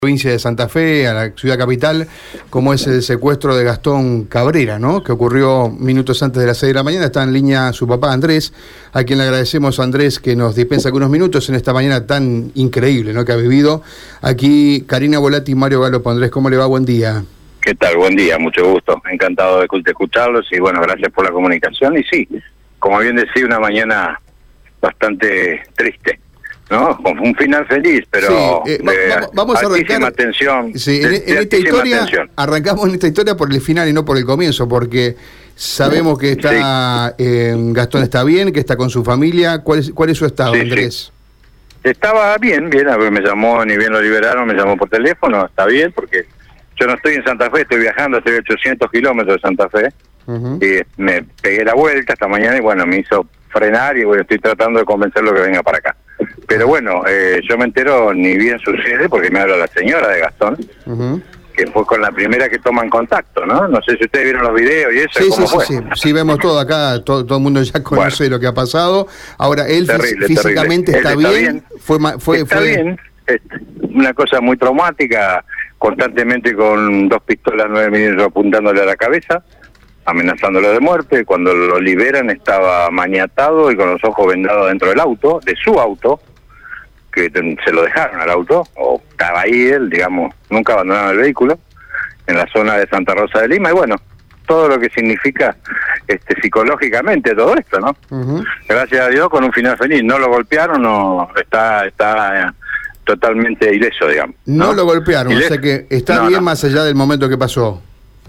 Provincia de Santa Fe, a la ciudad capital, como es el secuestro de Gastón Cabrera, ¿no? Que ocurrió minutos antes de las 6 de la mañana. Está en línea su papá Andrés, a quien le agradecemos, Andrés, que nos dispensa algunos minutos en esta mañana tan increíble, ¿no?, que ha vivido. Aquí Karina Volati y Mario Galopo. Andrés, ¿cómo le va? Buen día. ¿Qué tal? Buen día, mucho gusto. Encantado de escucharlos y bueno, gracias por la comunicación. Y sí, como bien decía, una mañana bastante triste, ¿no? Con un final feliz, pero sí, vamos a arrancar. Atención. Sí, en esta historia, arrancamos en esta historia por el final y no por el comienzo, porque sabemos que está Gastón está bien, que está con su familia. ¿Cuál es su estado, Andrés? Sí. Estaba bien, a ver, me llamó, ni bien lo liberaron, me llamó por teléfono, está bien, porque yo no estoy en Santa Fe, estoy viajando, estoy a 800 kilómetros de Santa Fe, y me pegué la vuelta esta mañana y bueno, me hizo frenar y bueno, estoy tratando de convencerlo que venga para acá. Pero bueno, yo me entero ni bien sucede porque me habla la señora de Gastón, que fue con la primera que toman contacto, ¿no? No sé si ustedes vieron los videos y eso. Sí, vemos todo acá, todo el mundo ya conoce lo que ha pasado. Ahora, él físicamente está bien. Está bien, una cosa muy traumática, constantemente con 2 pistolas 9 mm apuntándole a la cabeza, amenazándolo de muerte. Cuando lo liberan estaba maniatado y con los ojos vendados dentro del auto, de su auto, que se lo dejaron al auto, o estaba ahí él, digamos, nunca abandonaron el vehículo, en la zona de Santa Rosa de Lima, y bueno, todo lo que significa psicológicamente todo esto, ¿no? Gracias a Dios con un final feliz. No lo golpearon, no está totalmente ileso, digamos. No lo golpearon, o sea que está bien más allá del momento que pasó.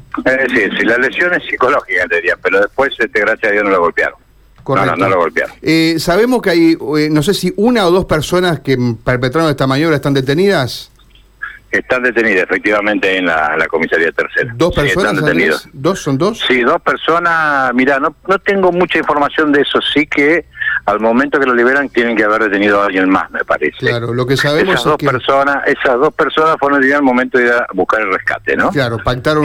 Sí, la lesión es psicológica, te diría, pero después, gracias a Dios, no lo golpearon. Correcto. No lo golpearon. Sabemos que hay, no sé si 1 o 2 personas que perpetraron esta maniobra están detenidas. Están detenidas, efectivamente, en la comisaría tercera. ¿2 personas? Están detenidos. ¿Son 2? Sí, 2 personas. Mirá, no tengo mucha información de eso. Sí que al momento que lo liberan tienen que haber detenido a alguien más, me parece. Claro, lo que sabemos esas dos personas fueron al momento de ir a buscar el rescate, ¿no? Claro, pactaron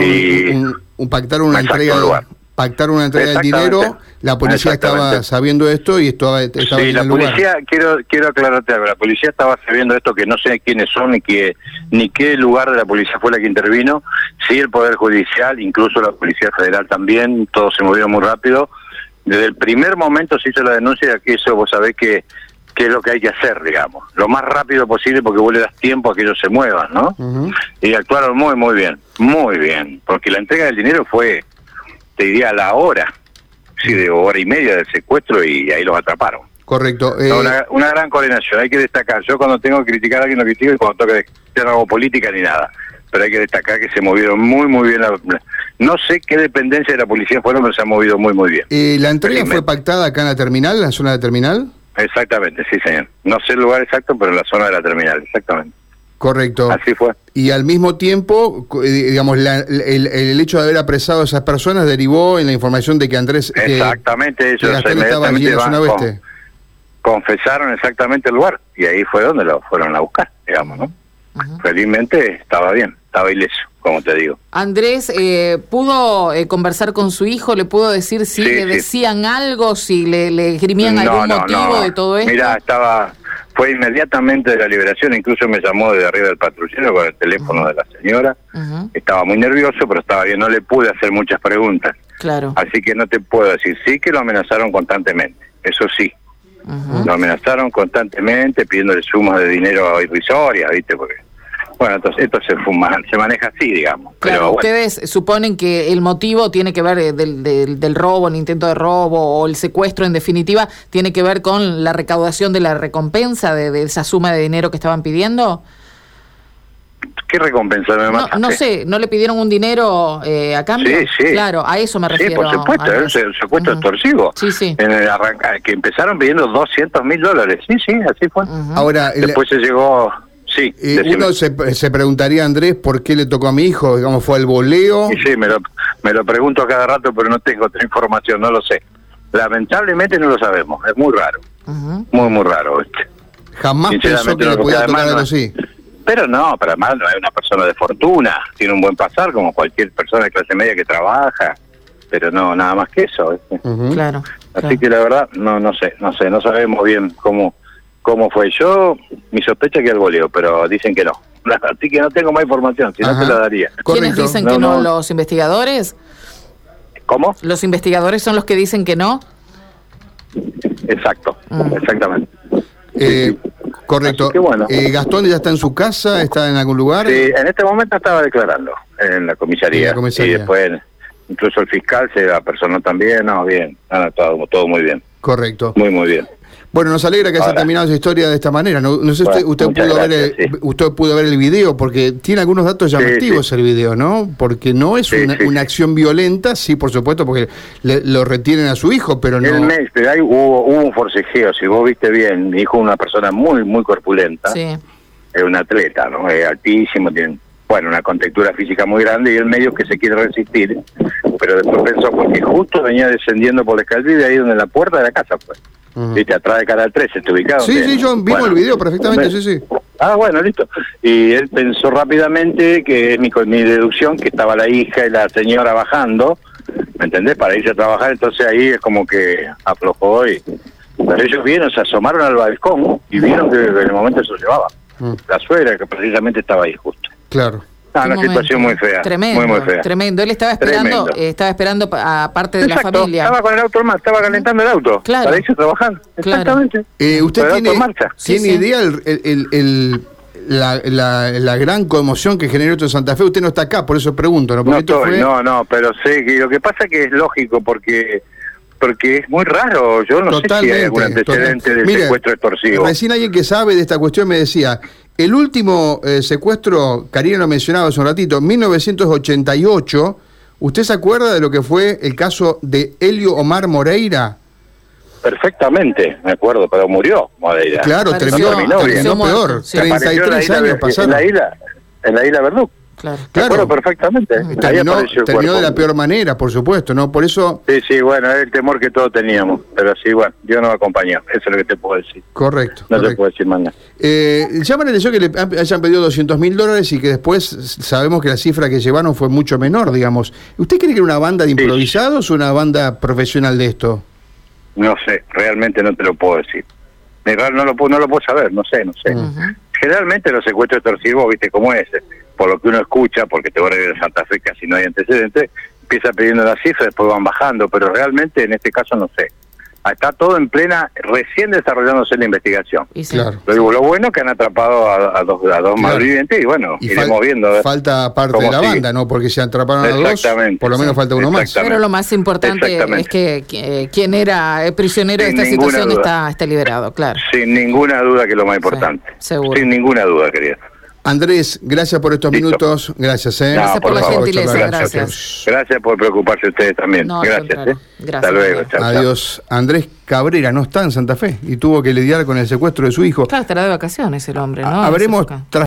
una entrega. Pactaron una entrega del dinero, la policía estaba sabiendo esto y estaba en el lugar. Sí, la policía, quiero aclararte algo, la policía estaba sabiendo esto, que no sé quiénes son ni qué lugar de la policía fue la que intervino, sí el Poder Judicial, incluso la Policía Federal también, todos se movieron muy rápido. Desde el primer momento se hizo la denuncia de que eso vos sabés que es lo que hay que hacer, digamos, lo más rápido posible porque vos le das tiempo a que ellos se muevan, ¿no? Y actuaron muy bien, porque la entrega del dinero fue, te diría, a la hora, de 1 hora y media del secuestro y ahí los atraparon. Correcto. Una gran coordinación, hay que destacar. Yo cuando tengo que criticar a alguien lo critico y cuando tengo que hacer algo política ni nada. Pero hay que destacar que se movieron muy bien. No sé qué dependencia de la policía fueron, pero se han movido muy bien. ¿La entrega fue pactada acá en la terminal, en la zona de terminal? Exactamente, sí, señor. No sé el lugar exacto, pero en la zona de la terminal, exactamente. Correcto. Así fue. Y al mismo tiempo, digamos, el hecho de haber apresado a esas personas derivó en la información de que Andrés... Exactamente, ellos inmediatamente confesaron exactamente el lugar, y ahí fue donde lo fueron a buscar, digamos, ¿no? Felizmente estaba bien, estaba ileso, como te digo. Andrés, ¿pudo conversar con su hijo? ¿Le pudo decir si le decían algo, si le esgrimían algún motivo de todo esto? Mirá, fue inmediatamente de la liberación, incluso me llamó desde arriba del patrullero con el teléfono de la señora. Estaba muy nervioso, pero estaba bien, no le pude hacer muchas preguntas. Claro. Así que no te puedo decir, sí que lo amenazaron constantemente, eso sí. Lo amenazaron constantemente pidiéndole sumas de dinero irrisorias, ¿viste? Porque bueno, entonces esto se maneja así, digamos. Claro, pero ustedes suponen que el motivo tiene que ver del robo, el intento de robo o el secuestro, en definitiva, tiene que ver con la recaudación de la recompensa de esa suma de dinero que estaban pidiendo. ¿Qué recompensa me mataste? No sé, ¿no le pidieron un dinero a cambio? Sí. Claro, a eso me refiero. Sí, por supuesto, el secuestro extorsivo. Sí. En el que empezaron pidiendo $200.000. Sí, así fue. Ahora, después se llegó... Sí, uno se preguntaría, Andrés, ¿por qué le tocó a mi hijo? Digamos, ¿fue el voleo? Sí, me lo pregunto a cada rato, pero no tengo otra información, no lo sé. Lamentablemente no lo sabemos, es muy raro. Muy raro. Jamás pensó que le podía tocar algo así. Pero además no es una persona de fortuna, tiene un buen pasar como cualquier persona de clase media que trabaja, pero no, nada más que eso. Claro. Así que la verdad, no sé, no sabemos bien cómo fue. Yo, mi sospecha es que el voleo, pero dicen que no así que no tengo más información, si no te la daría. ¿Quiénes dicen que no? ¿Los investigadores? ¿Cómo? ¿Los investigadores son los que dicen que no? Exacto, exactamente. Correcto. Bueno. ¿Gastón ya está en su casa? ¿Está en algún lugar? Sí, en este momento estaba declarando en la comisaría. Y después, incluso el fiscal se apersonó también. No, bien, todo muy bien. Correcto. Muy bien. Bueno, nos alegra que haya terminado su historia de esta manera. No sé si usted pudo ver el video, porque tiene algunos datos llamativos el video, ¿no? Porque no es una acción violenta, sí, por supuesto, porque lo retienen a su hijo, pero no... Pero ahí hubo un forcejeo, si vos viste bien, mi hijo es una persona muy corpulenta, es un atleta, ¿no? Es altísimo, tiene, una contextura física muy grande, y él medio que se quiere resistir, pero después pensó, porque justo venía descendiendo por la escalera de ahí donde la puerta de la casa, pues. ¿Viste? Atrás de Canal 13, ¿está ubicado? Sí, yo vimos el video perfectamente, sí. Ah, bueno, listo. Y él pensó rápidamente, que es mi deducción, que estaba la hija y la señora bajando, ¿me entendés? Para irse a trabajar, entonces ahí es como que aflojó pero ellos vieron, se asomaron al balcón y vieron que en el momento se lo llevaba. La suegra, que precisamente estaba ahí justo. Claro. Una situación muy fea. Tremendo, muy fea. Tremendo. Él estaba esperando a parte de la familia. Estaba con el auto en marcha, estaba calentando el auto. Claro. Para irse a trabajar. Exactamente. ¿Usted tiene idea la gran conmoción que generó esto en Santa Fe? Usted no está acá, por eso pregunto, ¿no? No, pero sé que lo que pasa es que es lógico, porque es muy raro. Yo no sé si hay algún antecedente de secuestro extorsivo. Recién alguien que sabe de esta cuestión me decía, el último secuestro, Karina lo mencionaba hace un ratito, 1988, ¿usted se acuerda de lo que fue el caso de Helio Omar Moreira? Perfectamente, me acuerdo, pero murió Moreira. Claro, terminó peor, 33 años pasaron. En la isla Verdú. Claro. Me acuerdo perfectamente. Terminó de la peor manera, por supuesto, ¿no? Por eso... Sí, bueno, es el temor que todos teníamos, pero sí, bueno, Dios nos acompañó, eso es lo que te puedo decir. Correcto. No te puedo decir más nada. Llama la atención que le hayan pedido $200.000 y que después sabemos que la cifra que llevaron fue mucho menor, digamos. ¿Usted cree que era una banda de improvisados o una banda profesional de esto? No sé, realmente no te lo puedo decir. No lo puedo saber, no sé. Generalmente los secuestros extorsivos, viste cómo es, por lo que uno escucha, porque te voy a ir a Santa Fe casi no hay antecedentes, empieza pidiendo las cifras, después van bajando, pero realmente en este caso no sé. Está todo en plena, recién desarrollándose la investigación. Claro. Lo bueno es que han atrapado a dos malvivientes y bueno, iremos viendo. Falta parte de la banda, ¿no? Porque si atraparon a dos, por lo menos falta uno más. Pero lo más importante es que quien era prisionero de esta situación está liberado, claro. Sin ninguna duda que es lo más importante. Seguro. Sin ninguna duda, querida. Andrés, gracias por estos minutos. Gracias, Gracias por la gentileza, gracias. Gracias por preocuparse ustedes también. Gracias. Hasta luego. Adiós. Andrés Cabrera no está en Santa Fe y tuvo que lidiar con el secuestro de su hijo. Claro, estará de vacaciones el hombre, ¿no? Habremos